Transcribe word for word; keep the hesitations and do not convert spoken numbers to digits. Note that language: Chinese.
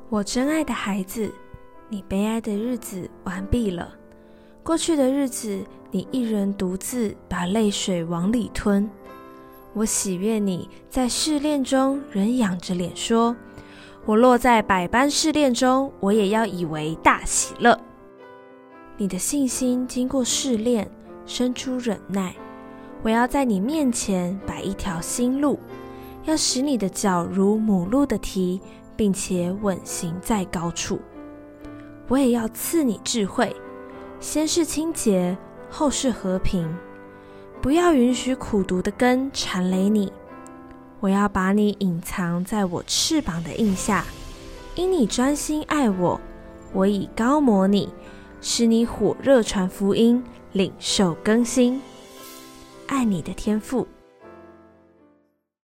我真爱的孩子，你悲哀的日子完毕了。过去的日子，你一人独自把泪水往里吞。我喜悦你在试炼中仍仰着脸说，我落在百般试炼中，我也要以为大喜乐。你的信心经过试炼，生出忍耐。我要在你面前摆一条新路，要使你的脚如母鹿的蹄，并且稳行在高处。我也要赐你智慧，先是清洁，后是和平。不要允许苦毒的根缠累你。我要把你隐藏在我翅膀的印下，因你专心爱我，我已膏抹你，使你火热传福音，领受更新。爱你的天父。